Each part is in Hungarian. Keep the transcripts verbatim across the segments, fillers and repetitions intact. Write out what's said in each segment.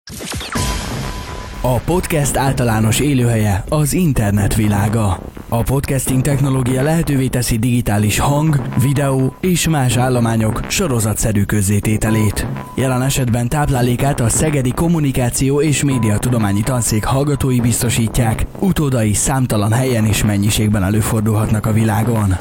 A podcast általános élőhelye az internet világa. A podcasting technológia lehetővé teszi digitális hang, videó és más állományok sorozatszerű közzétételét. Jelen esetben táplálékát a Szegedi Kommunikáció és Médiatudományi Tanszék hallgatói biztosítják, utódai számtalan helyen és mennyiségben előfordulhatnak a világon.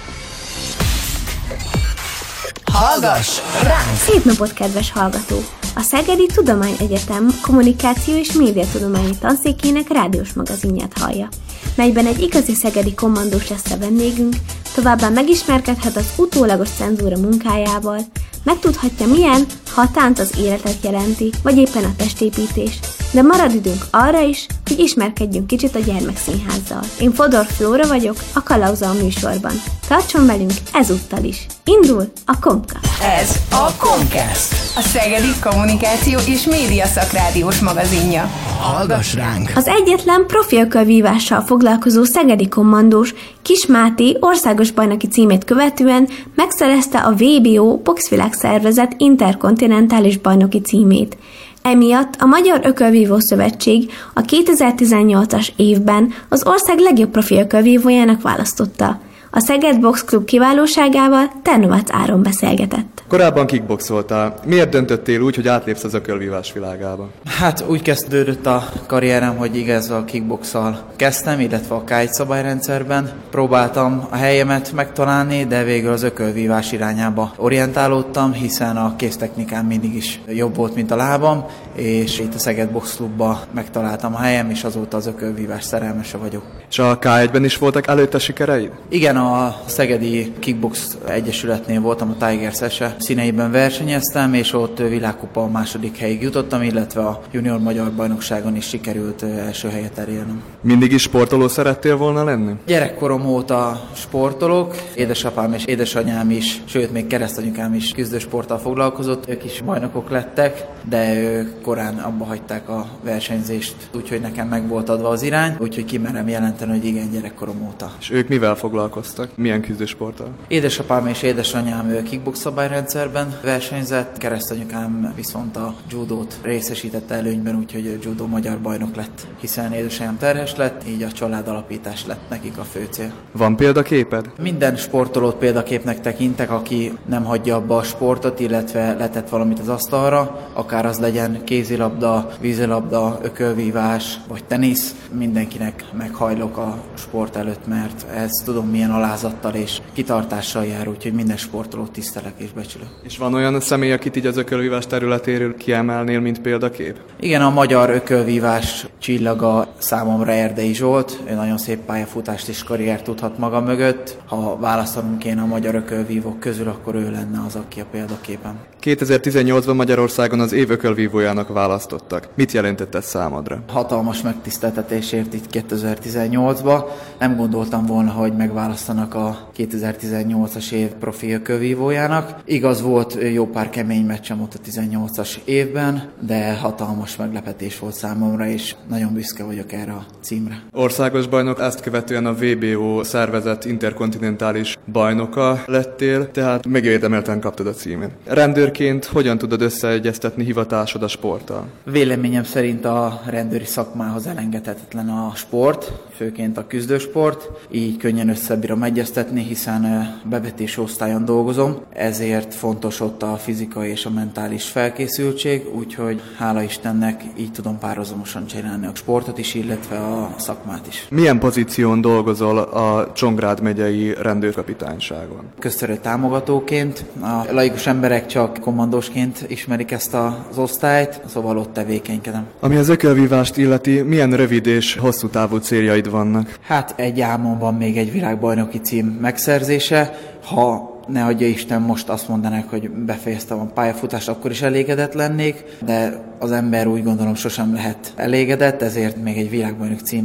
Hallgass ránk! Szép napot, kedves hallgató! A Szegedi Tudományegyetem Kommunikáció és Médiatudományi Tanszékének rádiós magazinját hallja, melyben egy igazi szegedi kommandós lesz a vendégünk, továbbá megismerkedhet az utólagos cenzúra munkájával, megtudhatja milyen, ha a tánc az életet jelenti, vagy éppen a testépítés, de marad időnk arra is, hogy ismerkedjünk kicsit a gyermekszínházzal. Én Fodor Flóra vagyok, a Kalauza a műsorban. Tartson velünk ezúttal is! Indul a Comcast! Ez a Comcast, a Szegedi Kommunikáció és Média Szakrádiós magazinja. Hallgass ránk! Az egyetlen profi ökölvívással foglalkozó szegedi kommandós Kiss Máté országos bajnoki címét követően megszerezte a vé bé o boxvilágszervezet interkontinentális bajnoki címét. Emiatt a Magyar Ökölvívó Szövetség a kétezer-tizennyolcas évben az ország legjobb profi ökölvívójának választotta. A Szeged Box Klub kiválóságával Ternovac Áron beszélgetett. Korábban kickboxoltál. Miért döntöttél úgy, hogy átlépsz az ökölvívás világába? Hát úgy kezdődött a karrierem, hogy igaz a kickboxal kezdtem, illetve a ká egy szabályrendszerben. Próbáltam a helyemet megtalálni, de végül az ökölvívás irányába orientálódtam, hiszen a kéztechnikám mindig is jobb volt, mint a lábam, és itt a Szeged Box Klubba megtaláltam a helyem, és azóta az ökölvívás szerelmese vagyok. És a ká egyben is voltak előtte sikereid? Igen, a Szegedi Kickbox Egyesületnél voltam, a Tigers-ese színeiben versenyeztem, és ott világkupa második helyig jutottam, illetve a junior magyar bajnokságon is sikerült első helyet elérnem. Mindig is sportoló szerettél volna lenni? Gyerekkorom óta sportolok, édesapám és édesanyám is, sőt még keresztanyukám is küzdősporttal foglalkozott, ők is bajnokok lettek, de ők korán abba hagyták a versenyzést, úgyhogy nekem meg volt adva az irány, úgyhogy kimerem jelenteni, hogy igen, gyerekkorom óta. És ők mivel foglalkoztak? Milyen küzdősporttal? Édesapám és édesanyám kickbox szabályrendszerben versenyzett, keresztanyukám viszont a judót részesítette előnyben, úgyhogy a judó magyar bajnok lett, hiszen édesanyám terhes lett, így a családalapítás lett nekik a fő cél. Van példaképed? Minden sportolót példaképnek tekintek, aki nem hagyja abba a sportot, illetve letett valamit az asztalra, akár az legyen kézilabda, vízilabda, ökölvívás vagy tenisz, mindenkinek meghajlok a sport előtt, mert ezt tudom milyen alázattal és kitartással jár, úgyhogy minden sportolót tisztelek és becsülök. És van olyan személy, akit így az ökölvívás területéről kiemelnél, mint példakép? Igen, a magyar ökölvívás csillaga számomra Erdei Zsolt. Ő nagyon szép pályafutást és karriert tudhat maga mögött. Ha választanunk kéne a magyar ökölvívók közül, akkor ő lenne az, aki a példaképem. kétezer-tizennyolcban Magyarországon az év ökölvívójának választottak. Mit jelentett ez számodra? Hatalmas megtiszteltetésért itt kétezer-tizennyolcban. Nem gondoltam volna, hogy megválasztanak a kétezer-tizennyolcas év profi ökölvívójának. Igaz, volt jó pár kemény meccsem ott a tizennyolcas évben, de hatalmas meglepetés volt számomra, és nagyon büszke vagyok erre a címre. Országos bajnok, ezt követően a vé bé o szervezet interkontinentális bajnoka lettél, tehát megérdemelten kaptad a címet. Rendőrként hogyan tudod összeegyeztetni hivatásod a sporttal? Véleményem szerint a rendőri szakmához elengedhetetlen a sport, főként a küzdősport, így könnyen összebírom egyeztetni, hiszen bevetési osztályon dolgozom, ezért fontos ott a fizikai és a mentális felkészültség, úgyhogy hála Istennek így tudom párhuzamosan csinálni a sportot is, illetve a szakmát is. Milyen pozíción dolgozol a Csongrád megyei rendőrkapitányságon? Közterület támogatóként, a laikus emberek csak kommandósként ismerik ezt az osztályt, szóval ott tevékenykedem. Ami az ökölvívást illeti, milyen rövid és hosszú távú céljaid vannak? Hát egy álmom van még egy világbajnoki cím megszerzése, ha ne adja Isten, most azt mondanák, hogy befejeztem a pályafutást, akkor is elégedett lennék, de az ember úgy gondolom sosem lehet elégedett, ezért még egy világbajnok címet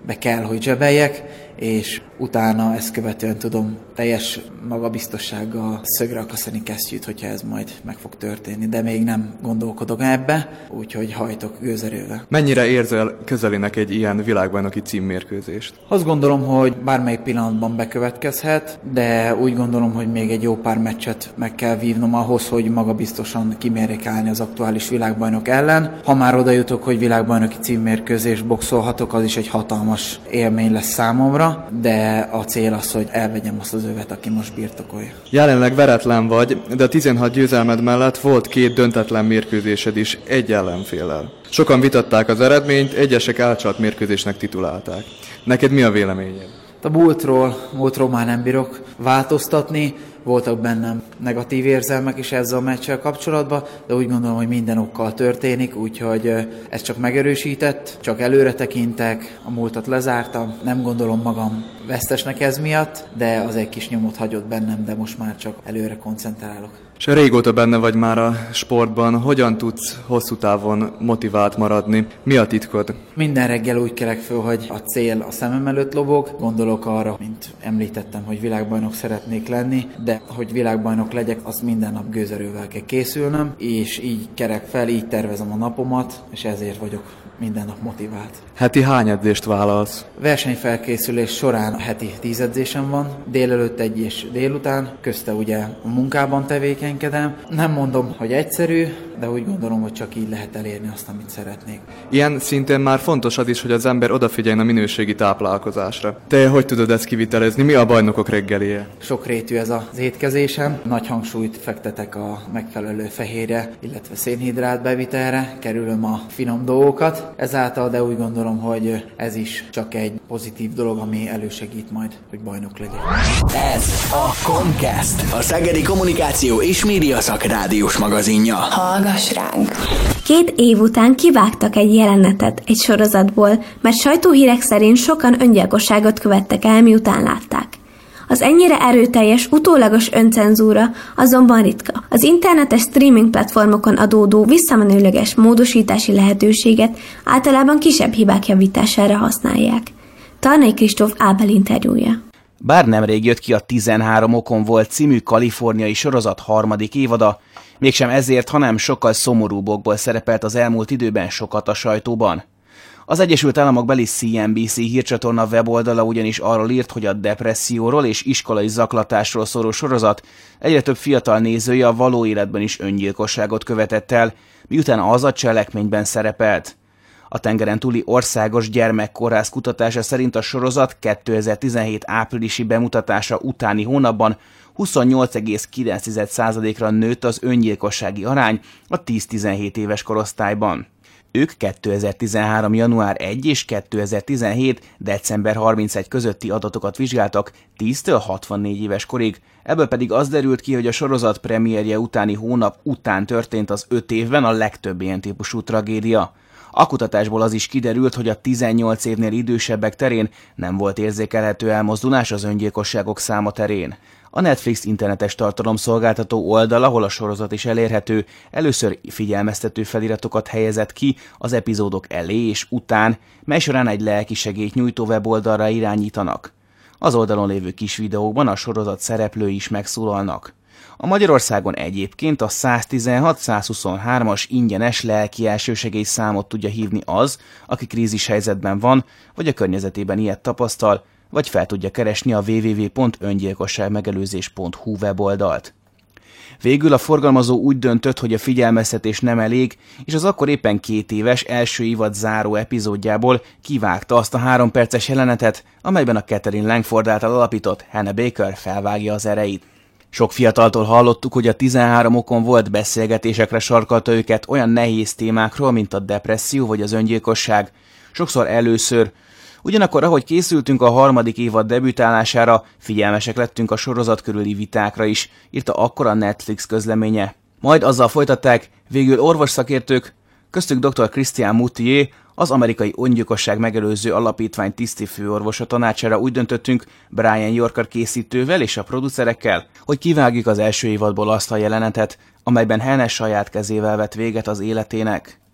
be kell, hogy zsebeljek, és utána ezt követően tudom teljes magabiztossággal szögre akasztani kesztyűt, hogyha ez majd meg fog történni, de még nem gondolkodok ebbe, úgyhogy hajtok gőzerővel. Mennyire érzel közelének egy ilyen világbajnoki címmérkőzést? Azt gondolom, hogy bármelyik pillanatban bekövetkezhet, de úgy gondolom, hogy még egy jó pár meccset meg kell vívnom ahhoz, hogy magabiztosan kimérjek állni az aktuális világbajnok ellen. Ha már oda jutok, hogy világbajnoki címmérkőzést boxolhatok, az is egy hatalmas élmény lesz számomra, de a cél az, hogy elvegyem azt az övet, aki most birtokolja. Jelenleg veretlen vagy, de a tizenhat győzelmed mellett volt két döntetlen mérkőzésed is egy ellenféllel. Sokan vitatták az eredményt, egyesek elcsalt mérkőzésnek titulálták. Neked mi a véleményed? A múltról, múltról már nem bírok változtatni, voltak bennem negatív érzelmek is ezzel a meccsel kapcsolatban, de úgy gondolom, hogy minden okkal történik, úgyhogy ez csak megerősített, csak előre tekintek, a múltat lezártam, nem gondolom magam vesztesnek ez miatt, de az egy kis nyomot hagyott bennem, de most már csak előre koncentrálok. És régóta benne vagy már a sportban, hogyan tudsz hosszú távon motivált maradni? Mi a titkod? Minden reggel úgy kelek föl, hogy a cél a szemem előtt lobog, gondolok arra, mint említettem, hogy világbajnok szeretnék lenni, de hogy világbajnok legyek, azt minden nap gőzerővel kell készülnöm, és így kerek fel, így tervezem a napomat, és ezért vagyok minden nap motivált. Heti hány edzést vállalsz? Versenyfelkészülés során heti tíz edzésem van, délelőtt egy és délután, közte ugye a munkában tevékenykedem. Nem mondom, hogy egyszerű, de úgy gondolom, hogy csak így lehet elérni azt, amit szeretnék. Ilyen szintén már fontos az is, hogy az ember odafigyeljen a minőségi táplálkozásra. Te hogy tudod ezt kivitelezni? Mi a bajnokok reggelije? Sokrétű ez az étkezésem. Nagy hangsúlyt fektetek a megfelelő fehérje, illetve szénhidrát bevitelre, kerülöm a finom dolgokat. Ezáltal, de úgy gondolom, hogy ez is csak egy pozitív dolog, ami elősegít majd, hogy bajnok legyek. Ez a Comcast, a Szegedi Kommunikáció és Média Szakrádiós magazinja. Hallgass ránk! Két év után kivágtak egy jelenetet egy sorozatból, mert sajtóhírek szerint sokan öngyilkosságot követtek el, miután látták. Az ennyire erőteljes, utólagos öncenzúra azonban ritka. Az internetes streaming platformokon adódó visszamenőleges módosítási lehetőséget általában kisebb hibák javítására használják. Tarnai Kristóf Ábel interjúja. Bár nemrég jött ki a tizenhárom okon volt című kaliforniai sorozat harmadik évada, mégsem ezért, hanem sokkal szomorúbbokból szerepelt az elmúlt időben sokat a sajtóban. Az Egyesült Államok beli C N B C hírcsatorna weboldala ugyanis arról írt, hogy a depresszióról és iskolai zaklatásról szóló sorozat egyre több fiatal nézője a való életben is öngyilkosságot követett el, miután az a cselekményben szerepelt. A tengeren túli országos gyermekkórház kutatása szerint a sorozat kétezer-tizenhét áprilisi bemutatása utáni hónapban huszonnyolc egész kilenc százalékra nőtt az öngyilkossági arány a tíz-tizenhét éves korosztályban. Ők kétezer-tizenhárom január elseje és kétezer-tizenhét december harmincegy közötti adatokat vizsgáltak tíztől hatvannégy éves korig, ebből pedig az derült ki, hogy a sorozat premierje utáni hónap után történt az öt évben a legtöbb ilyen típusú tragédia. A kutatásból az is kiderült, hogy a tizennyolc évnél idősebbek terén nem volt érzékelhető elmozdulás az öngyilkosságok száma terén. A Netflix internetes tartalomszolgáltató oldal, ahol a sorozat is elérhető, először figyelmeztető feliratokat helyezett ki az epizódok elé és után, mely során egy lelkisegélyt nyújtó weboldalra irányítanak. Az oldalon lévő kis videókban a sorozat szereplői is megszólalnak. A Magyarországon egyébként a száztizenhat százhuszonhármas ingyenes lelki elsősegély számot tudja hívni az, aki krízis helyzetben van, vagy a környezetében ilyet tapasztal, vagy fel tudja keresni a double-u double-u double-u pont öngyilkosságmegelőzés pont hu weboldalt. Végül a forgalmazó úgy döntött, hogy a figyelmeztetés nem elég, és az akkor éppen két éves első évad záró epizódjából kivágta azt a három perces jelenetet, amelyben a Catherine Langford által alapított Hannah Baker felvágja az ereit. Sok fiataltól hallottuk, hogy a tizenhárom okon volt beszélgetésekre sarkalta őket olyan nehéz témákról, mint a depresszió vagy az öngyilkosság, sokszor először. Ugyanakkor, ahogy készültünk a harmadik évad debütálására, figyelmesek lettünk a sorozat körüli vitákra is, írta akkor a Netflix közleménye. Majd azzal folytatták, végül orvosszakértők, köztük dr. Christian Moutier, az amerikai öngyilkosság megelőző alapítvány tiszti főorvosa tanácsára úgy döntöttünk Brian Yorker készítővel és a producerekkel, hogy kivágjuk az első évadból azt a jelenetet, amelyben Hannah saját kezével vett véget az életének.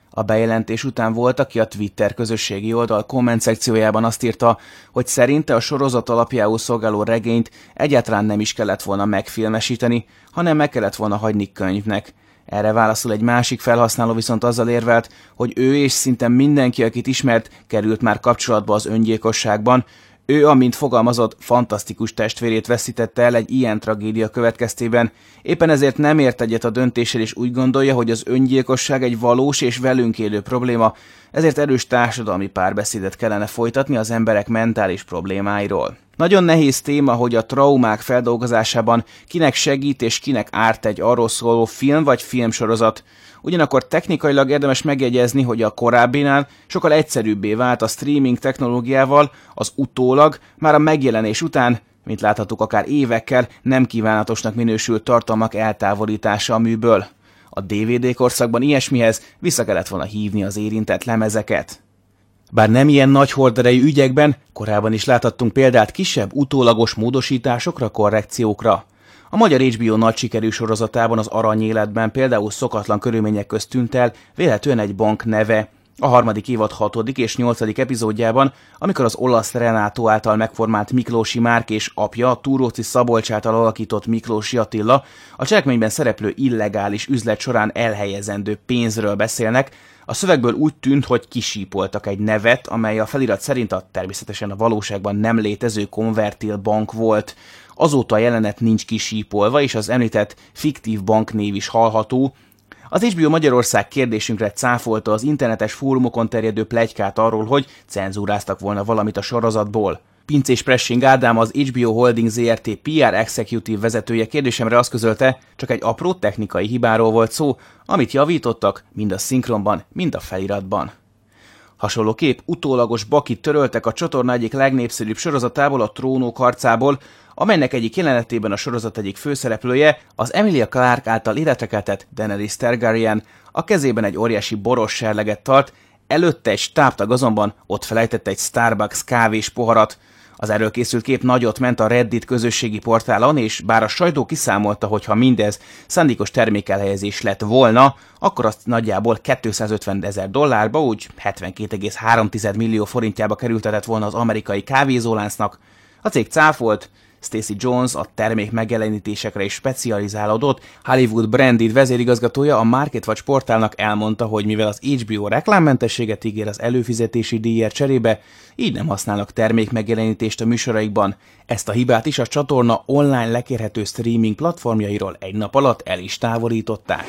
A bejelentés után volt, aki a Twitter közösségi oldal komment szekciójában azt írta, hogy szerinte a sorozat alapjául szolgáló regényt egyáltalán nem is kellett volna megfilmesíteni, hanem meg kellett volna hagyni könyvnek. Erre válaszul egy másik felhasználó viszont azzal érvelt, hogy ő és szinte mindenki, akit ismert, került már kapcsolatba az öngyilkosságban. Ő, amint fogalmazott, fantasztikus testvérét veszítette el egy ilyen tragédia következtében. Éppen ezért nem ért egyet a döntéssel, és úgy gondolja, hogy az öngyilkosság egy valós és velünk élő probléma, ezért erős társadalmi párbeszédet kellene folytatni az emberek mentális problémáiról. Nagyon nehéz téma, hogy a traumák feldolgozásában kinek segít és kinek árt egy arról szóló film vagy filmsorozat. Ugyanakkor technikailag érdemes megjegyezni, hogy a korábbinál sokkal egyszerűbbé vált a streaming technológiával, az utólag, már a megjelenés után, mint láthattuk akár évekkel, nem kívánatosnak minősült tartalmak eltávolítása a műből. A dé vé dé korszakban ilyesmihez vissza kellett volna hívni az érintett lemezeket. Bár nem ilyen nagy horderejű ügyekben, korábban is láthattunk példát kisebb, utólagos módosításokra, korrekciókra. A magyar há bé o nagy sikerű sorozatában, az Aranyéletben például szokatlan körülmények közt tűnt el véletlenül egy bank neve. A harmadik évad hatodik és nyolcadik epizódjában, amikor az olasz Renato által megformált Miklósi Márk és apja, a Túróczi Szabolcs által alakított Miklósi Attila a cselekményben szereplő illegális üzlet során elhelyezendő pénzről beszélnek, a szövegből úgy tűnt, hogy kisípoltak egy nevet, amely a felirat szerint a természetesen a valóságban nem létező Convertil bank volt. Azóta a jelenet nincs kisípolva, és az említett fiktív banknév is hallható. Az há bé o Magyarország kérdésünkre cáfolta az internetes fórumokon terjedő pletykát arról, hogy cenzúráztak volna valamit a sorozatból. Pincés Pressing Ádám, az há bé o Holding zé er té pé er Executive vezetője kérdésemre azt közölte, csak egy apró technikai hibáról volt szó, amit javítottak mind a szinkronban, mind a feliratban. Hasonlóképp utólagos bakit töröltek a csatorna egyik legnépszerűbb sorozatából, a Trónok harcából, amelynek egyik jelenetében a sorozat egyik főszereplője az Emilia Clarke által életrekeltett Daenerys Targaryen, a kezében egy óriási boros serleget tart, előtte egy stábtag azonban ott felejtett egy Starbucks kávés poharat. Az erről készült kép nagyot ment a Reddit közösségi portálon, és bár a sajtó kiszámolta, hogy ha mindez szándékos termékelhelyezés lett volna, akkor azt nagyjából kétszázötven ezer dollárba, úgy hetvenkét egész három millió forintjába kerültetett volna az amerikai kávézóláncnak. A cég cáfolt, Stacey Jones, a termék megjelenítésekre is specializálódott Hollywood Branded vezérigazgatója a MarketWatch portálnak elmondta, hogy mivel az há bé o reklámmentességet ígér az előfizetési díjért cserébe, így nem használnak termék megjelenítést a műsoraikban. Ezt a hibát is a csatorna online lekérhető streaming platformjairól egy nap alatt el is távolították.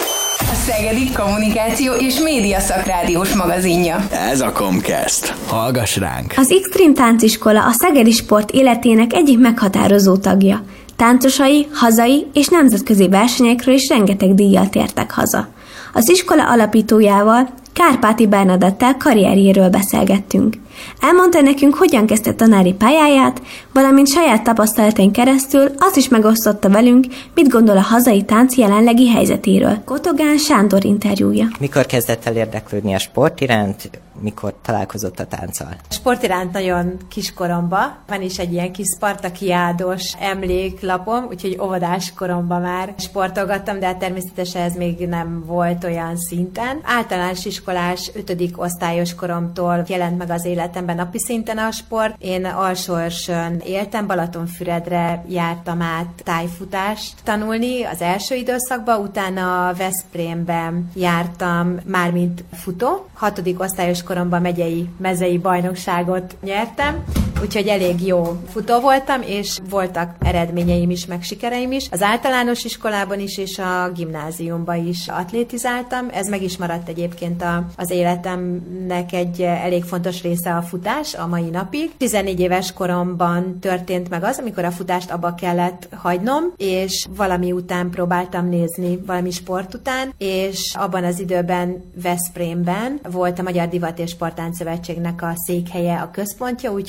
A Szegedi Kommunikáció és Média Szakrádiós magazinja. Ez a Comcast. Hallgass ránk! Az X-Treme tánciskola a szegedi sport életének egyik meghatározó tagja. Táncosai, hazai és nemzetközi versenyekről is rengeteg díjjal tértek haza. Az iskola alapítójával, Kárpáti Bernadettel karrierjéről beszélgettünk. Elmondta nekünk, hogyan kezdte tanári pályáját, valamint saját tapasztalatain keresztül azt is megosztotta velünk, mit gondol a hazai tánc jelenlegi helyzetéről. Kotogán Sándor interjúja. Mikor kezdett el érdeklődni a sport iránt, mikor találkozott a tánccal? A sport iránt nagyon kiskoromban. Van is egy ilyen kis spartakiádos emléklapom, úgyhogy óvodás koromban már sportolgattam, de természetesen ez még nem volt olyan szinten. Általános iskolás ötödik osztályos koromtól jelent meg az életemben napi szinten a sport. Én Alsóörsön éltem, Balatonfüredre jártam át tájfutást tanulni az első időszakban, utána Veszprémben jártam már mint futó. Hatodik osztályos koromban megyei mezei bajnokságot nyertem, úgyhogy elég jó futó voltam, és voltak eredményeim is, meg sikereim is. Az általános iskolában is, és a gimnáziumban is atlétizáltam. Ez meg is maradt egyébként a, az életemnek egy elég fontos része a futás a mai napig. tizennégy éves koromban történt meg az, amikor a futást abba kellett hagynom, és valami után próbáltam nézni, valami sport után, és abban az időben Veszprémben volt a Magyar Divat és Sporttánc Szövetségnek a székhelye, a központja, úgyhogy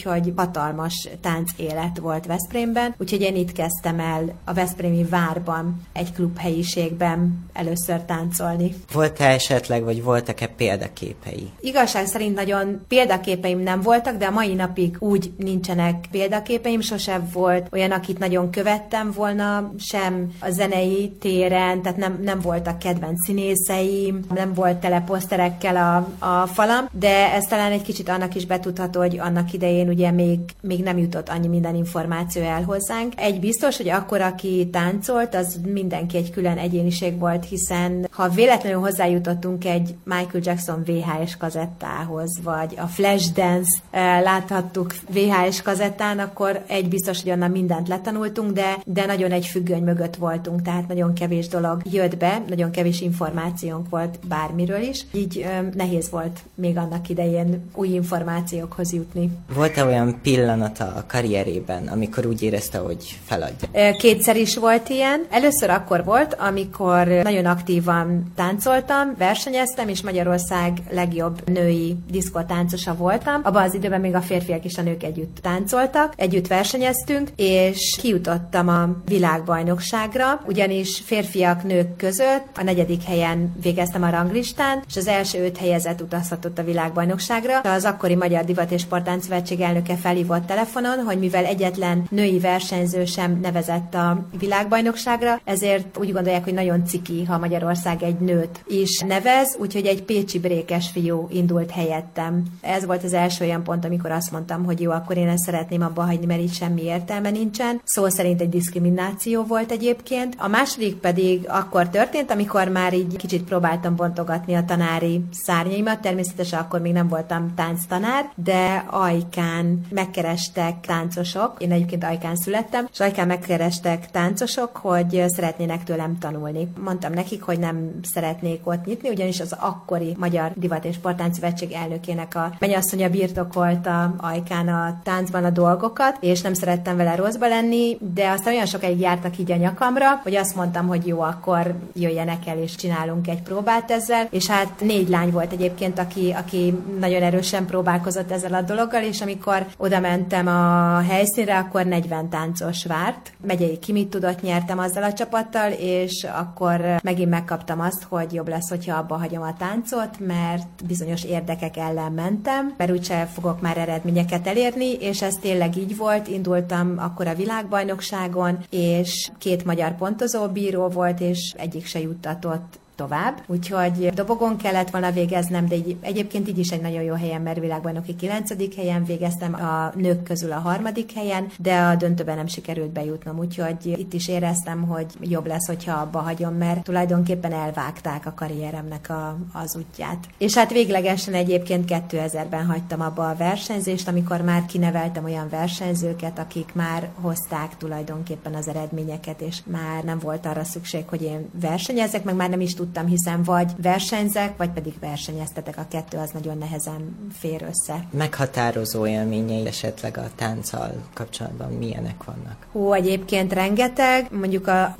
hatalmas tánc élet volt Veszprémben, úgyhogy én itt kezdtem el a veszprémi várban, egy klubhelyiségben először táncolni. Volt-e esetleg, vagy voltak-e példaképei? Igazság szerint nagyon példaképeim nem voltak, de a mai napig úgy nincsenek példaképeim, sosem volt olyan, akit nagyon követtem volna, sem a zenei téren, tehát nem, nem voltak kedvenc színészeim, nem volt tele poszterekkel a, a falam, de ez talán egy kicsit annak is betudható, hogy annak idején ugye még, még nem jutott annyi minden információ el hozzánk. Egy biztos, hogy akkor, aki táncolt, az mindenki egy külön egyéniség volt, hiszen ha véletlenül hozzájutottunk egy Michael Jackson vé há es kazettához, vagy a Flashdance láthattuk vé há es kazettán, akkor egy biztos, hogy onnan mindent letanultunk, de, de nagyon egy függöny mögött voltunk, tehát nagyon kevés dolog jött be, nagyon kevés információnk volt bármiről is, így ö, nehéz volt még annak idején új információkhoz jutni. Volt-e olyan pillanata a karrierében, amikor úgy érezte, hogy feladja? Kétszer is volt ilyen. Először akkor volt, amikor nagyon aktívan táncoltam, versenyeztem, és Magyarország legjobb női diszkotáncosa voltam. Abban az időben még a férfiak és a nők együtt táncoltak, együtt versenyeztünk, és kijutottam a világbajnokságra, ugyanis férfiak, nők között a negyedik helyen végeztem a ranglistán, és az első öt helyezett utazhatott a világbajnokságra. Az akkori Magyar Divat és Sporttánc Szövetség elnöke felhívott telefonon, hogy mivel egyetlen női versenyző sem nevezett a világbajnokságra, ezért úgy gondolják, hogy nagyon ciki, ha Magyarország egy nőt is nevez, úgyhogy egy pécsi brékes fiú indult helyettem. Ez volt az első olyan pont, amikor azt mondtam, hogy jó, akkor én ezt szeretném abba hagyni, mert itt semmi értelme nincsen. Szó szerint egy diszkrimináció volt egyébként. A második pedig akkor történt, amikor már így kicsit próbáltam bontogatni a tanári szárnyaimat. Természetesen akkor még nem voltam tánctanár, de Ajkán megkerestek táncosok. Én egyébként Ajkán születtem, és Ajkán megkerestek táncosok, hogy szeretnének tőlem tanulni. Mondtam nekik, hogy nem szeretnék ott nyitni, ugyanis az akkori Magyar Divat és Sporttánc Szövetség elnökének a mennyasszonya birtokolta Ajkán a táncban a dolgokat, és nem szerettem vele rosszba lenni, de aztán olyan sokáig jártak így a nyakamra, hogy azt mondtam, hogy jó, akkor jöjjenek el, és csinálunk egy próbát ezzel, és hát négy lány volt egyébként, aki, aki nagyon erősen próbálkozott ezzel a dologgal, és amikor oda mentem a helyszínre, akkor negyven táncos várt. Megyei kimit tudott nyertem azzal a csapattal, és akkor megint megkaptam azt, hogy jobb lesz, hogyha abba hagyom a táncot, mert bizonyos érdekek ellen mentem, mert úgyse fogok már eredményeket elérni, és ez tényleg így volt. Indultam akkor a világbajnokságon, és két magyar pontozóbíró volt, és egyik se juttatott tovább. Úgyhogy dobogon kellett volna végeznem, de így, egyébként így is egy nagyon jó helyen, mert világbajnoki kilencedik helyen végeztem, a nők közül a harmadik helyen, de a döntőben nem sikerült bejutnom, úgyhogy itt is éreztem, hogy jobb lesz, hogyha abba hagyom, mert tulajdonképpen elvágták a karrieremnek a, az útját. És hát véglegesen egyébként kétezerben hagytam abba a versenyzést, amikor már kineveltem olyan versenyzőket, akik már hozták tulajdonképpen az eredményeket, és már nem volt arra szükség, hogy én versenyezek, meg már nem is tudtam, hiszen vagy versenyzek, vagy pedig versenyeztetek. A kettő az nagyon nehezen fér össze. Meghatározó élményei esetleg a tánccal kapcsolatban milyenek vannak? Ó, egyébként rengeteg. Mondjuk a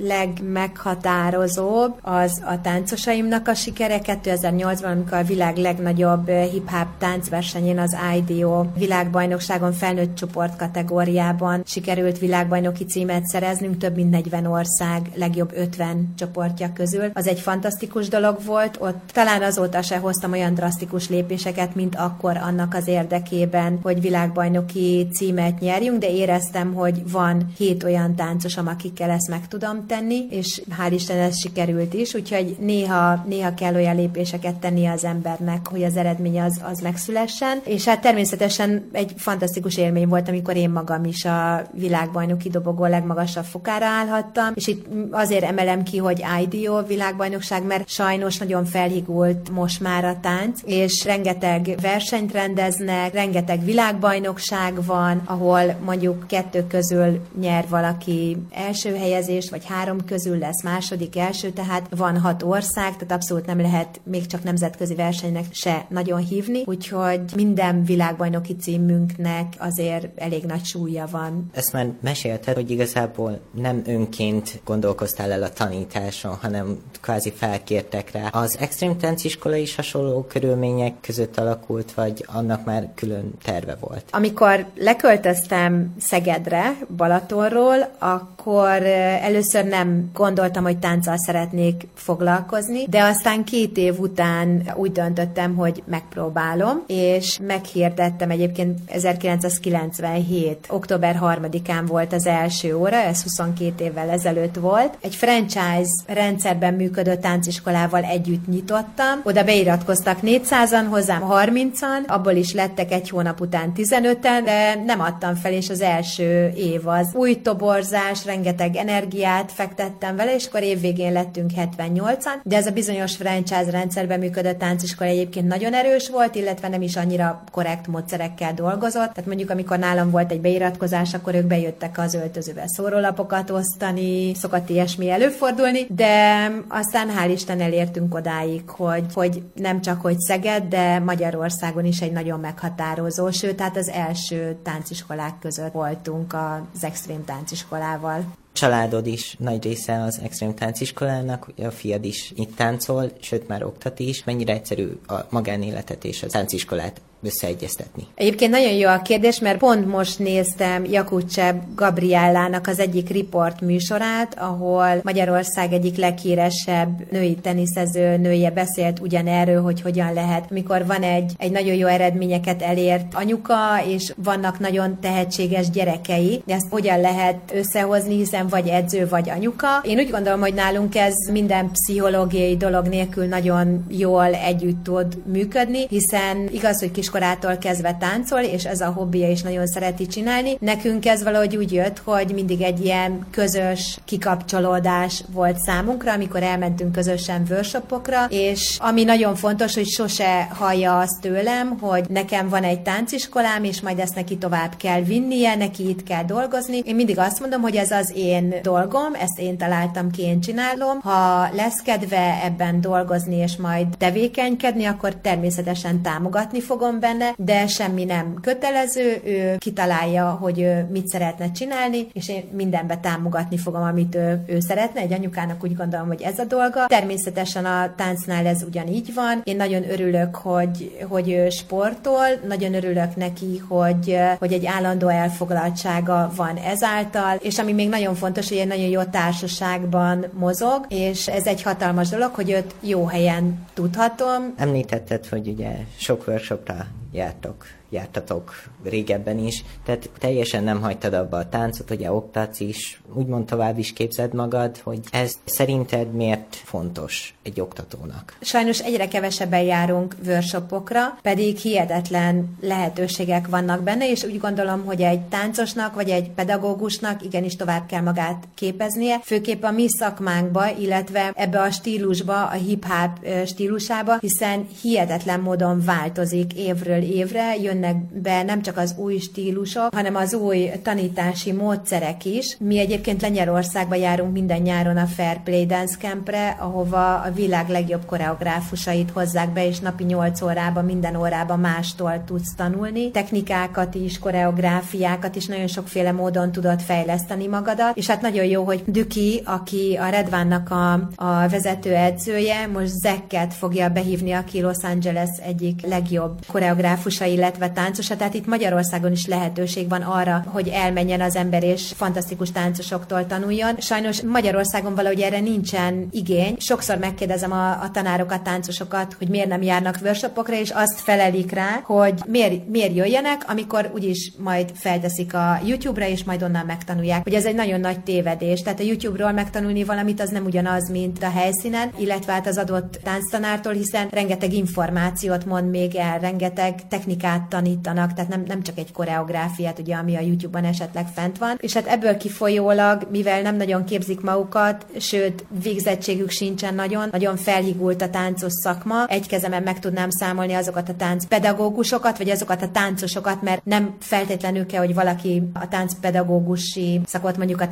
legmeghatározóbb az a táncosaimnak a sikere. kétezer-nyolcban, amikor a világ legnagyobb hip-hop táncversenyén, az i dé o világbajnokságon felnőtt csoport kategóriában sikerült világbajnoki címet szereznünk, több mint negyven ország legjobb ötven csoportja közül. Az egy fantasztikus dolog volt, ott talán azóta se hoztam olyan drasztikus lépéseket, mint akkor annak az érdekében, hogy világbajnoki címet nyerjünk, de éreztem, hogy van hét olyan táncosom, akikkel ezt meg tudom tenni, és hál' Isten ez sikerült is, úgyhogy néha, néha kell olyan lépéseket tenni az embernek, hogy az eredmény az, az megszülessen, és hát természetesen egy fantasztikus élmény volt, amikor én magam is a világbajnoki dobogó legmagasabb fokára állhattam, és itt azért emelem ki, hogy i dé o világbajnokság, mert sajnos nagyon felhigult most már a tánc, és rengeteg versenyt rendeznek, rengeteg világbajnokság van, ahol mondjuk kettő közül nyer valaki első helyezést, vagy három közül lesz második, első, tehát van hat ország, tehát abszolút nem lehet még csak nemzetközi versenynek se nagyon hívni, úgyhogy minden világbajnoki címünknek azért elég nagy súlya van. Ezt már mesélted, hogy igazából nem önként gondolkoztál el a tanításon, hanem kvázi fel felkértek rá. Az Extreme tánciskola is hasonló körülmények között alakult, vagy annak már külön terve volt? Amikor leköltöztem Szegedre, Balatonról, akkor először nem gondoltam, hogy tánccal szeretnék foglalkozni, de aztán két év után úgy döntöttem, hogy megpróbálom, és meghirdettem egyébként ezerkilencszázkilencvenhét. október harmadikán volt az első óra, ez huszonkét évvel ezelőtt volt. Egy franchise rendszerben működő tánciskolával együtt nyitottam. Oda beiratkoztak négyszázan, hozzám harmincan, abból is lettek egy hónap után tizenöten, de nem adtam fel, és az első év az új toborzás, rengeteg energiát fektettem vele, és akkor évvégén lettünk hetvennyolcan, de ez a bizonyos franchise rendszerben működő tánciskola egyébként nagyon erős volt, illetve nem is annyira korrekt módszerekkel dolgozott. Tehát mondjuk, amikor nálam volt egy beiratkozás, akkor ők bejöttek az öltözőbe szórólapokat osztani, szokott ilyesmi előfordulni, de aztán hál' Isten elértünk odáig, hogy, hogy nem csak hogy Szeged, de Magyarországon is egy nagyon meghatározó, sőt, hát az első tánciskolák között voltunk az Extreme tánciskolával. Családod is nagy része az Extreme tánciskolának, a fiad is itt táncol, sőt már oktat is. Mennyire egyszerű a magánéletet és a tánciskolát összeegyeztetni? Egyébként nagyon jó a kérdés, mert pont most néztem Jakucseb Gabriellának az egyik riport műsorát, ahol Magyarország egyik leghíresebb női teniszező nője beszélt ugyanerről, hogy hogyan lehet, amikor van egy, egy nagyon jó eredményeket elért anyuka, és vannak nagyon tehetséges gyerekei, de ezt hogyan lehet összehozni, hiszen vagy edző, vagy anyuka. Én úgy gondolom, hogy nálunk ez minden pszichológiai dolog nélkül nagyon jól együtt tud működni, hiszen igaz, hogy kiskorától kezdve táncol, és ez a hobbija is nagyon szereti csinálni. Nekünk ez valahogy úgy jött, hogy mindig egy ilyen közös kikapcsolódás volt számunkra, amikor elmentünk közösen workshopokra, és ami nagyon fontos, hogy sose hallja azt tőlem, hogy nekem van egy tánciskolám, és majd ezt neki tovább kell vinnie, neki itt kell dolgozni. Én mindig azt mondom, hogy ez az én dolgom, ezt én találtam ki, én csinálom. Ha lesz kedve ebben dolgozni, és majd tevékenykedni, akkor természetesen támogatni fogom benne, de semmi nem kötelező, ő kitalálja, hogy ő mit szeretne csinálni, és én mindenbe támogatni fogom, amit ő, ő szeretne. Egy anyukának úgy gondolom, hogy ez a dolga. Természetesen a táncnál ez ugyanígy van. Én nagyon örülök, hogy, hogy ő sportol, nagyon örülök neki, hogy, hogy egy állandó elfoglaltsága van ezáltal, és ami még nagyon fontos, hogy egy nagyon jó társaságban mozog, és ez egy hatalmas dolog, hogy őt jó helyen tudhatom. Említetted, hogy ugye sok workshopra jártok, jártatok régebben is, tehát teljesen nem hagytad abba a táncot, ugye oktatsz is, úgymond tovább is képzeld magad, hogy ez szerinted miért fontos egy oktatónak? Sajnos egyre kevesebben járunk workshopokra, pedig hihetetlen lehetőségek vannak benne, és úgy gondolom, hogy egy táncosnak vagy egy pedagógusnak igenis tovább kell magát képeznie, főképp a mi szakmánkba, illetve ebbe a stílusba, a hip-hop stílusába, hiszen hihetetlen módon változik évről évre, jönnek be nem csak az új stílusok, hanem az új tanítási módszerek is. Mi egyébként Lengyelországba járunk minden nyáron a Fair Play Dance Campre, ahova a világ legjobb koreográfusait hozzák be, és napi nyolc órában, minden órában mástól tudsz tanulni. Technikákat is, koreográfiákat is, nagyon sokféle módon tudod fejleszteni magadat, és hát nagyon jó, hogy Düki, aki a Red One-nak a, a vezető edzője, most Zekket fogja behívni, aki Los Angeles egyik legjobb koreográfusa, illetve táncosa, tehát itt Magyarországon is lehetőség van arra, hogy elmenjen az ember és fantasztikus táncosoktól tanuljon. Sajnos Magyarországon valahogy erre nincsen igény. Sokszor megkérdezem a, a tanárokat, táncosokat, hogy miért nem járnak workshopokra, és azt felelik rá, hogy miért, miért jöjjenek, amikor úgyis majd felteszik a YouTube-ra, és majd onnan megtanulják. Hogy ez egy nagyon nagy tévedés. Tehát a YouTube-ról megtanulni valamit az nem ugyanaz, mint a helyszínen, illetve hát az adott tánctanártól, hiszen rengeteg információt mond még el, rengeteg technikát tanítanak, tehát nem, nem csak egy koreográfiát, ugye, ami a YouTube-ban esetleg fent van. És hát ebből kifolyólag, mivel nem nagyon képzik magukat, sőt, végzettségük sincsen nagyon, nagyon felhigult a táncos szakma. Egy kezemen meg tudnám számolni azokat a táncpedagógusokat, vagy azokat a táncosokat, mert nem feltétlenül kell, hogy valaki a táncpedagógusi szakot mondjuk a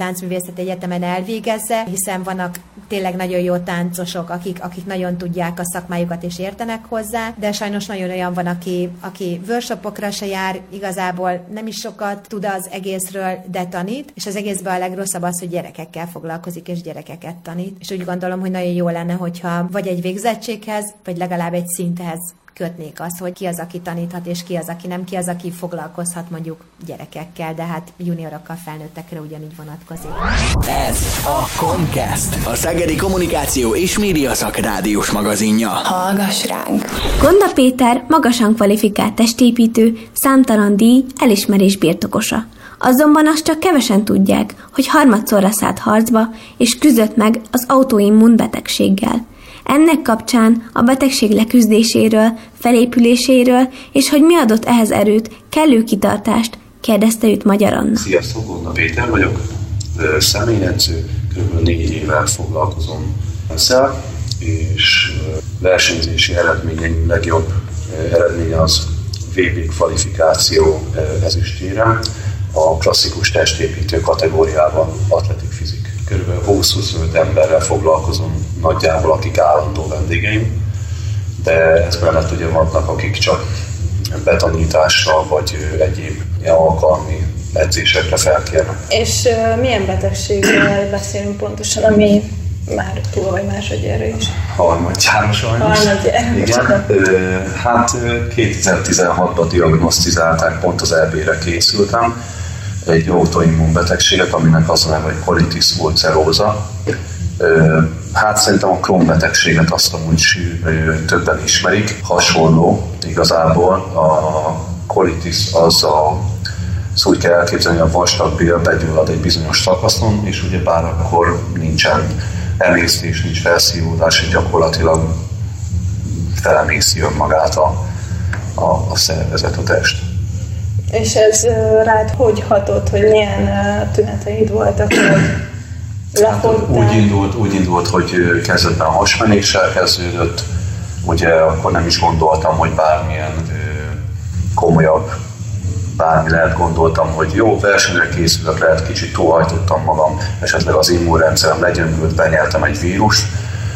Táncművészeti Egyetemen elvégezze, hiszen vannak tényleg nagyon jó táncosok, akik, akik nagyon tudják a szakmájukat és értenek hozzá, de sajnos nagyon olyan van, aki, aki workshopokra se jár, igazából nem is sokat tud az egészről, de tanít, és az egészben a legrosszabb az, hogy gyerekekkel foglalkozik, és gyerekeket tanít. És úgy gondolom, hogy nagyon jó lenne, hogyha vagy egy végzettséghez, vagy legalább egy szinthez kötnék azt, hogy ki az, aki taníthat, és ki az, aki nem, ki az, aki foglalkozhat mondjuk gyerekekkel, de hát juniorokkal, felnőttekre ugyanígy vonatkozik. Ez a Comcast, a Szegedi Kommunikáció és Média Szakrádiós magazinja. Hallgass ránk! Gonda Péter magasan kvalifikált testépítő, számtalan díj, elismerés birtokosa. Azonban azt csak kevesen tudják, hogy harmadszorra szállt harcba, és küzdött meg az autoimmun betegséggel. Ennek kapcsán a betegség leküzdéséről, felépüléséről, és hogy mi adott ehhez erőt, kellő kitartást, kérdezte őt Magyar Anna. Sziasztok, Gonda Péter vagyok, személyedző, kb. négy éve foglalkozom ezzel, és versenyzési eredményeim legjobb eredménye az vé bé kvalifikáció ezüstérem, a klasszikus testépítő kategóriában atletik fizik. Körülbelül húsz-huszonöt emberrel foglalkozom nagyjából, akik állandó vendégeim, de ez mellett ugye vannak, akik csak betanítással vagy egyéb alkalmi edzésekre felkérnek. És uh, milyen betegségről beszélünk pontosan, ami már túl vagy másodjára is? Harmadjára sajnos. Harmadjára. Igen. Hát kétezer-tizenhatban diagnosztizálták, pont az é bé-re készültem, egy autoimmun betegséget, aminek az a neve, hogy colitis ulcerosa. Hát szerintem a Crohn betegséget azt amúgy többen ismerik. Hasonló igazából. A colitis az a Ezt úgy kell elképzelni, hogy a vastagbél begyullad egy bizonyos szakaszon, és ugye bár akkor nincsen emésztés, nincs felszívódás, és gyakorlatilag felemészi önmagát a, a, a szervezet, a test. És ez rád hogy hatott, hogy milyen tüneteid voltak, hogy lakottál? Úgy indult, úgy indult, hogy kezdetben hasmenéssel kezdődött, ugye akkor nem is gondoltam, hogy bármilyen komolyabb bármi lehet, gondoltam, hogy jó, versenyre készülök, lehet kicsit túlhajtottam magam, esetleg az immunrendszerem legyengült, benyeltem egy vírust,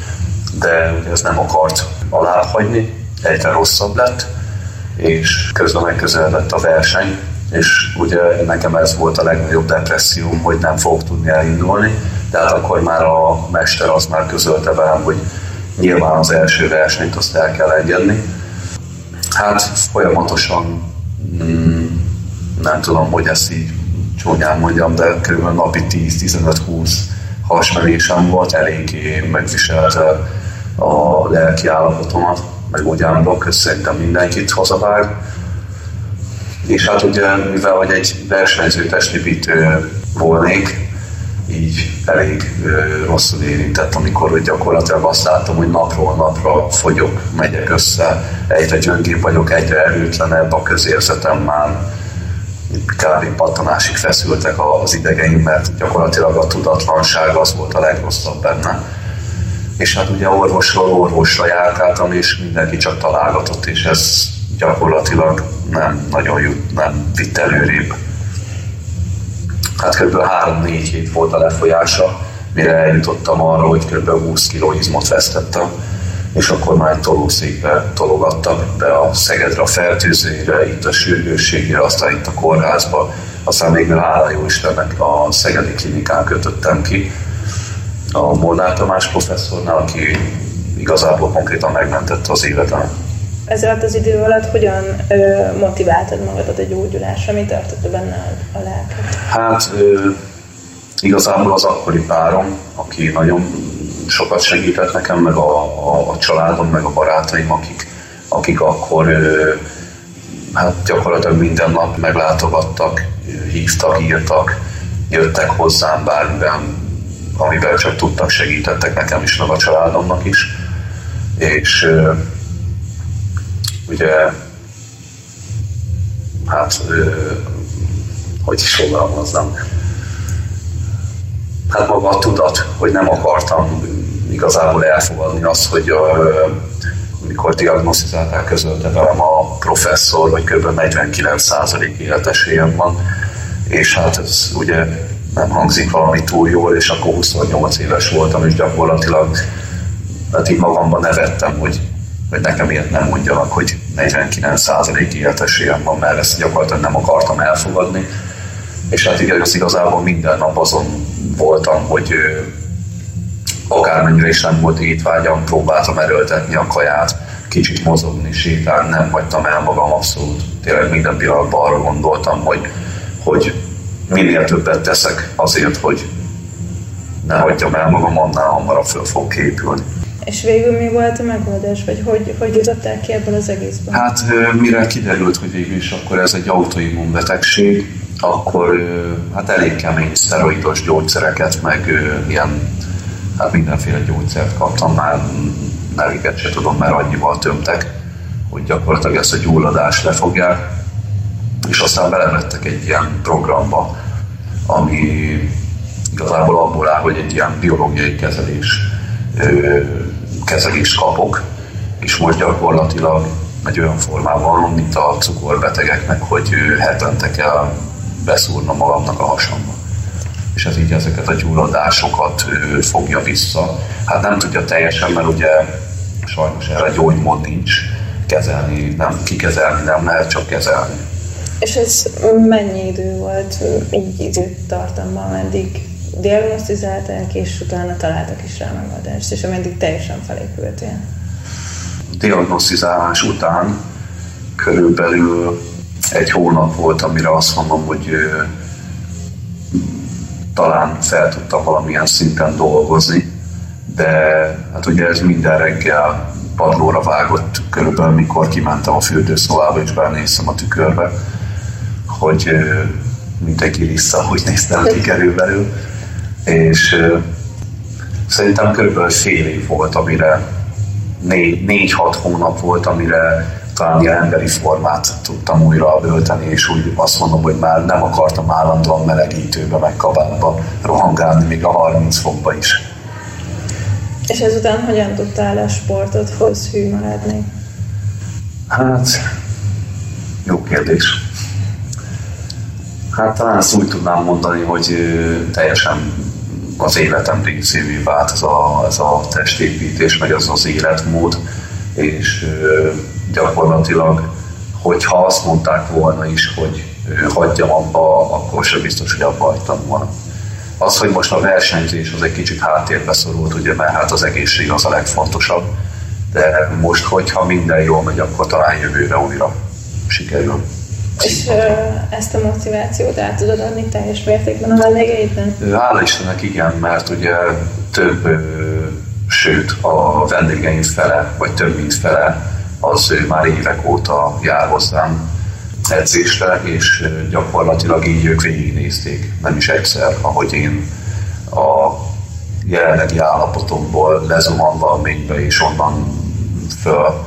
de ugye ez nem akart alábbhagyni, egyre rosszabb lett, és közben megközeledett a verseny, és ugye nekem ez volt a legnagyobb depresszióm, hogy nem fogok tudni elindulni, de hát akkor már a mester az már közölte velem, hogy nyilván az első versenyt azt el kell engedni. Hát folyamatosan mm, nem tudom, hogy ezt így csúnyán mondjam, de kb. Napi tíz-tizenöt-húsz hasmenésem volt, eléggé megviselte a lelki állapotomat, meg úgy állok, hogy szerintem mindenkit hazavág. És hát ugye, mivel hogy egy versenyző testépítő volnék, így elég ö, rosszul érintett, amikor hogy gyakorlatilag azt láttam, hogy napról napra fogyok, megyek össze, egyre gyöngébb vagyok, egyre erőtlenebb a közérzetem, már kb. Pattanásig feszültek az idegeim, mert gyakorlatilag a tudatlanság az volt a legrosszabb benne. És hát ugye orvosról orvosra járkáltam, és mindenki csak találgatott, és ez gyakorlatilag nem nagyon jut, nem vitt előrébb. Hát kb. három-négy hét volt a lefolyása, mire eljutottam arra, hogy kb. húsz kiló izmot vesztettem, és akkor már egy tolószékbe tologattak be a Szegedre, a fertőzőire, itt a sürgősségére, aztán itt a kórházba, aztán még hála jó Istennek a szegedi klinikán kötöttem ki a Molnár Tamás professzornál, aki igazából konkrétan megmentette az életemet. Ez alatt az idő alatt hogyan ö, motiváltad magadat a gyógyulásra? Mi tartotta benne a, a lelket? Hát ö, igazából az akkori párom, aki nagyon sokat segített nekem, meg a, a, a családom, meg a barátaim, akik, akik akkor ö, hát gyakorlatilag minden nap meglátogattak, hívtak, írtak, jöttek hozzám bármiben, amiben csak tudtak, segítettek nekem is, meg a családomnak is. És ö, ugye, hát, ö, hogy is fogalmazzam, hát maga a tudat, hogy nem akartam igazából elfogadni azt, hogy ö, amikor diagnosztizálták, közölte velem a professzor, hogy kb. negyvenkilenc százalék életesélyem van, és hát ez ugye nem hangzik valami túl jól, és akkor huszonnyolc éves voltam, és gyakorlatilag hát így magamban nevettem, hogy, hogy nekem ilyet nem mondjanak, hogy negyvenkilenc százalék életesélyem van, mert ezt gyakorlatilag nem akartam elfogadni. És hát igaz, igazából minden nap azon voltam, hogy akármennyire is nem volt étvágyam, próbáltam erőltetni a kaját, kicsit mozogni, sétálni, nem hagytam el magam abszolút. Tényleg minden pillanatban arra gondoltam, hogy, hogy minél többet teszek azért, hogy ne hagyjam el magam, annál hamarabb föl fog képülni. És végül mi volt a megoldás, vagy hogy, hogy jutottál ki ebből az egészben? Hát mire kiderült, hogy végül is akkor ez egy autoimmunbetegség, akkor hát elég kemény szteroidos gyógyszereket, meg ilyen, hát mindenféle gyógyszert kaptam, már neviket se tudom, mert annyival tömtek, hogy gyakorlatilag ezt a gyulladást lefogják, és aztán belevettek egy ilyen programba, ami igazából abból áll, hogy egy ilyen biológiai kezelés, kezelést kapok, és most gyakorlatilag egy olyan formában, mint a cukorbetegeknek, hogy hetente kell beszúrnom magamnak a hasamba. És ez így ezeket a gyulladásokat fogja vissza. Hát nem tudja teljesen, mert ugye sajnos erre gyógymód nincs, kezelni, nem, kikezelni nem lehet, csak kezelni. És ez mennyi idő volt így időtartamban, ameddig diagnosztizálták, és utána találtak is rá megoldást, és ameddig teljesen felépültél? Diagnosztizálás után körülbelül egy hónap volt, amire azt mondom, hogy ö, talán fel tudtam valamilyen szinten dolgozni, de hát ugye ez minden reggel padlóra vágott körülbelül, mikor kimentem a fürdőszobába és belenéztem a tükörbe, hogy ö, mindenki vissza, hogy néztem ki körülbelül. És ö, szerintem körülbelül fél év volt, amire négy-hat hónap volt, amire talán ilyen emberi formát tudtam újra ölteni, és úgy azt mondom, hogy már nem akartam állandóan melegítőbe, meg kabátba rohangálni, még a harminc fokba is. És ezután hogyan tudtál a sportodhoz hű maradni? Hát, jó kérdés. Hát talán ezt úgy tudnám mondani, hogy teljesen az életem részévé vált ez a, ez a testépítés, meg ez az életmód, és gyakorlatilag, hogyha azt mondták volna is, hogy hagyjam abba, akkor sem biztos, hogy abba hagytam volna. Az, hogy most a versenyzés az egy kicsit háttérbe szorult, ugye, mert hát az egészség az a legfontosabb, de most, hogyha minden jól megy, akkor talán jövőre újra sikerül. És ezt a motivációt át tudod adni teljes mértékben a vendégeidben? Hála Istennek igen, mert ugye több, sőt a vendégeim fele, vagy több mint fele, az már évek óta jár hozzám edzésre, és gyakorlatilag így ők végignézték, nem is egyszer, ahogy én a jelenlegi állapotomból lezuhanva a mélybe és onnan föl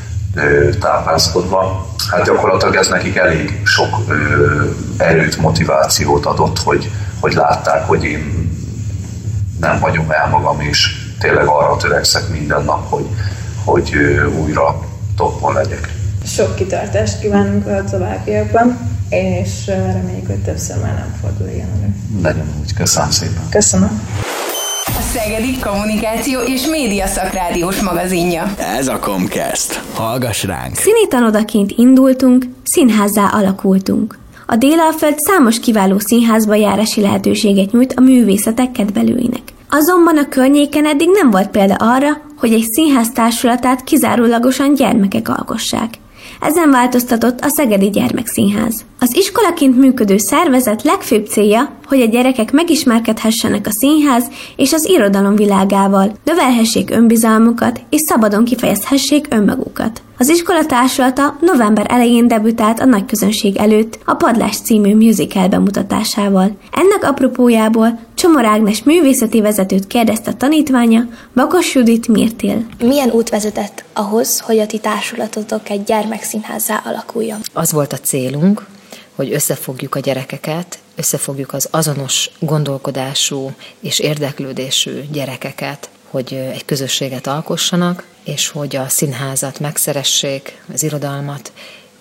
tápászkodva. Hát gyakorlatilag ez nekik elég sok ö, erőt, motivációt adott, hogy, hogy látták, hogy én nem hagyom el magam, és tényleg arra törekszek minden nap, hogy, hogy ö, újra toppon legyek. Sok kitartást kívánunk a továbbiakban, és reméljük, hogy többször már nem fordul ilyen elő. Legyen úgy, köszönöm szépen. Köszönöm. A Szegedi Kommunikáció és Média Szakrádiós magazinja. Ez a Comcast. Hallgass ránk! Színitanodaként indultunk, színházzá alakultunk. A Délalföld számos kiváló színházba járási lehetőséget nyújt a művészetek kedvelőinek. Azonban a környéken eddig nem volt példa arra, hogy egy színház társulatát kizárólagosan gyermekek alkossák. Ezen változtatott a Szegedi Gyermekszínház. Az iskolaként működő szervezet legfőbb célja, hogy a gyerekek megismerkedhessenek a színház és az irodalom világával, növelhessék önbizalmukat és szabadon kifejezhessék önmagukat. Az iskola társulata november elején debütált a nagyközönség előtt a Padlás című musical bemutatásával. Ennek apropójából Csomor Ágnes művészeti vezetőt kérdezte a tanítványa, Bakos Judit Mirtil. Milyen út vezetett ahhoz, hogy a ti társulatotok egy gyermekszínházzá alakuljon? Az volt a célunk, hogy összefogjuk a gyerekeket, összefogjuk az azonos gondolkodású és érdeklődésű gyerekeket, hogy egy közösséget alkossanak, és hogy a színházat megszeressék, az irodalmat,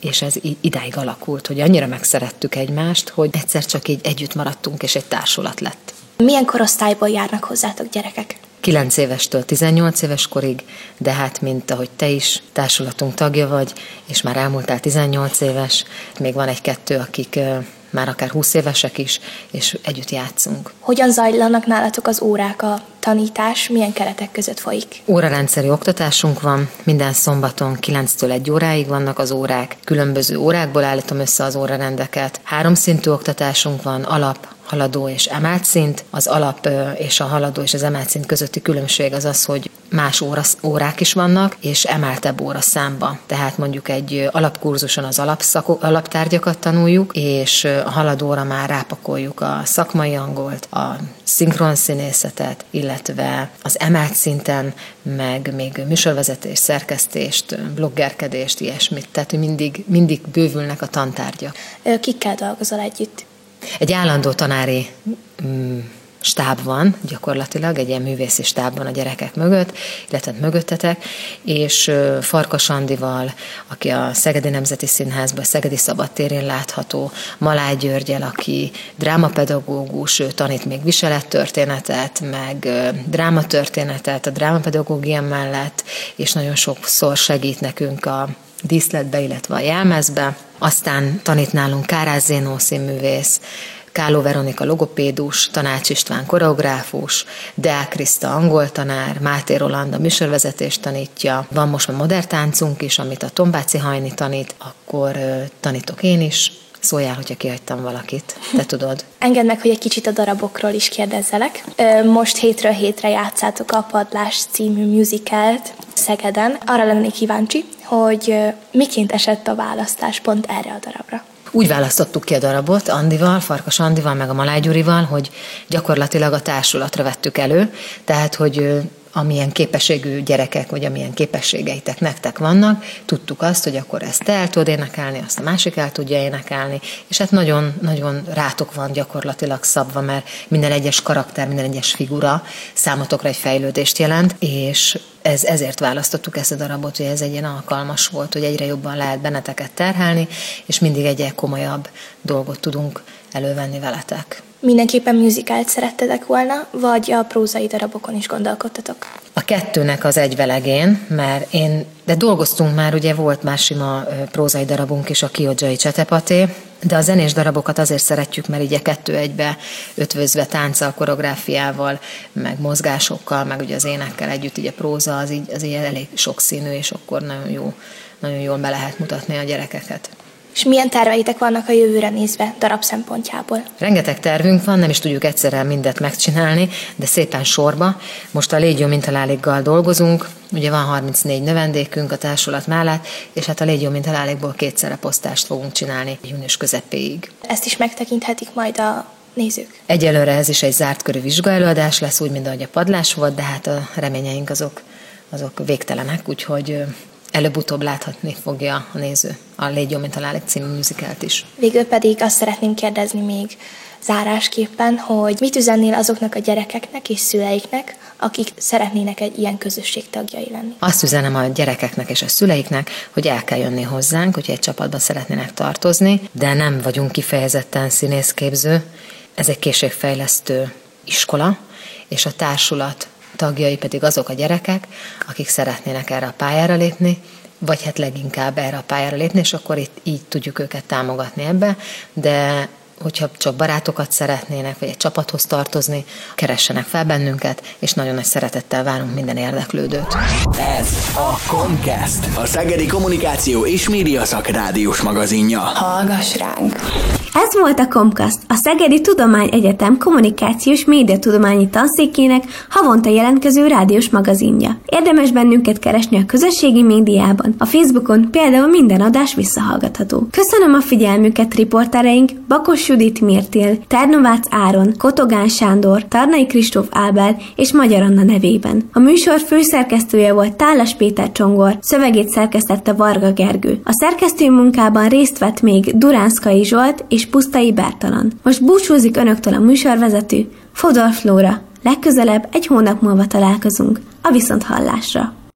és ez idáig alakult, hogy annyira megszerettük egymást, hogy egyszer csak így együtt maradtunk, és egy társulat lett. Milyen korosztályból járnak hozzátok gyerekek? kilenc évestől tizennyolc éves korig, de hát mint ahogy te is társulatunk tagja vagy, és már elmúltál tizennyolc éves, még van egy-kettő, akik már akár húsz évesek is, és együtt játszunk. Hogyan zajlanak nálatok az órák, a tanítás, milyen keretek között folyik? Órarendszeri oktatásunk van, minden szombaton kilenctől egy óráig vannak az órák, különböző órákból állítom össze az órarendeket. Háromszintű oktatásunk van, alap, haladó és emelt szint. Az alap és a haladó és az emelt szint közötti különbség az az, hogy más óra, órák is vannak, és emeltebb óra számba. Tehát mondjuk egy alapkurzuson az alapszako, alaptárgyakat tanuljuk, és a haladóra már rápakoljuk a szakmai angolt, a szinkronszínészetet, illetve az emelt szinten, meg még műsorvezetés, szerkesztést, bloggerkedést, ilyesmit. Tehát, hogy mindig, mindig bővülnek a tantárgyak. Kikkel dolgozol együtt? Egy állandó tanári mm, stáb van, gyakorlatilag egy ilyen művészi stáb van a gyerekek mögött, illetve mögöttetek, és Farkas Andival, aki a Szegedi Nemzeti Színházban, Szegedi Szabadtérén látható, Maláj Györgyel, aki drámapedagógus, ő tanít még viselettörténetet, meg drámatörténetet a drámapedagógia mellett, és nagyon sokszor segít nekünk a díszletbe, illetve a jelmezbe. Aztán tanít nálunk Kárász Zénó színművész, Káló Veronika logopédus, Tanács István koreográfus, Deák Kriszta angol tanár, Máté Roland a műsorvezetést tanítja. Van most már modern táncunk is, amit a Tombáci Hajni tanít, akkor uh, tanítok én is. Szóljál, hogyha kihagytam valakit, te tudod. Engedd meg, hogy egy kicsit a darabokról is kérdezzelek. Most hétről hétre játszátok a Padlás című musicalt Szegeden. Arra lennék kíváncsi, hogy miként esett a választás pont erre a darabra. Úgy választottuk ki a darabot Andival, Farkas Andival, meg a Maláj Gyurival, hogy gyakorlatilag a társulatra vettük elő, tehát, hogy amilyen képességű gyerekek, vagy amilyen képességeitek nektek vannak, tudtuk azt, hogy akkor ezt te el tudod énekelni, azt a másik el tudja énekelni, és hát nagyon-nagyon rátok van gyakorlatilag szabva, mert minden egyes karakter, minden egyes figura számotokra egy fejlődést jelent, és ez, ezért választottuk ezt a darabot, hogy ez egy ilyen alkalmas volt, hogy egyre jobban lehet benneteket terhelni, és mindig egyre komolyabb dolgot tudunk elővenni veletek. Mindenképpen musicalt szerettetek volna, vagy a prózai darabokon is gondolkodtatok? A kettőnek az egyvelegén, mert én, de dolgoztunk már, ugye volt már sima prózai darabunk is, a Kiodzsai Csetepaté, de a zenés darabokat azért szeretjük, mert így a kettő egybe ötvözve tánccal, koreográfiával, meg mozgásokkal, meg ugye az énekkel együtt, így a próza az így, az így elég sokszínű, és akkor nagyon jó, nagyon jól be lehet mutatni a gyerekeket. És milyen terveitek vannak a jövőre nézve darab szempontjából? Rengeteg tervünk van, nem is tudjuk egyszerre mindet megcsinálni, de szépen sorba. Most a Légy jó mintalálékgal dolgozunk, ugye van harmincnégy növendékünk a társulat mellett, és hát a Légy jó mintalálékból kétszerre posztást fogunk csinálni június közepéig. Ezt is megtekinthetik majd a nézők? Egyelőre ez is egy zárt körű vizsgaelőadás lesz, úgy, mint ahogy a Padlás volt, de hát a reményeink azok, azok végtelenek, úgyhogy előbb-utóbb láthatni fogja a néző a Légy jó mintalálék című musicalt is. Végül pedig azt szeretném kérdezni még zárásképpen, hogy mit üzennél azoknak a gyerekeknek és szüleiknek, akik szeretnének egy ilyen közösség tagjai lenni? Azt üzenem a gyerekeknek és a szüleiknek, hogy el kell jönni hozzánk, hogyha egy csapatban szeretnének tartozni, de nem vagyunk kifejezetten színészképző. Ez egy készségfejlesztő iskola, és a társulat tagjai pedig azok a gyerekek, akik szeretnének erre a pályára lépni, vagy hát leginkább erre a pályára lépni, és akkor itt így tudjuk őket támogatni ebbe, de hogyha csak barátokat szeretnének, vagy egy csapathoz tartozni, keressenek fel bennünket, és nagyon nagy szeretettel várunk minden érdeklődőt. Ez a Comcast, a Szegedi Kommunikáció és Média Szakrádiós magazinja. Hallgass ránk! Ez volt a Comcast, a Szegedi Tudományegyetem Kommunikációs Médiatudományi Tanszékének havonta jelentkező rádiós magazinja. Érdemes bennünket keresni a közösségi médiában, a Facebookon például minden adás visszahallgatható. Köszönöm a figyelmüket riportereink Bakos Judit Mirtil, Ternovácz Áron, Kotogán Sándor, Tarnai Kristóf Ábel és Magyar Anna nevében. A műsor főszerkesztője volt Tálas Péter Csongor, szövegét szerkesztette Varga Gergő. A szerkesztői munkában részt vett még Duránszkai Zsolt és Pusztai Bertalan. Most búcsúzik önöktől a műsorvezető, Fodor Flóra. Legközelebb egy hónap múlva találkozunk. A viszonthallásra!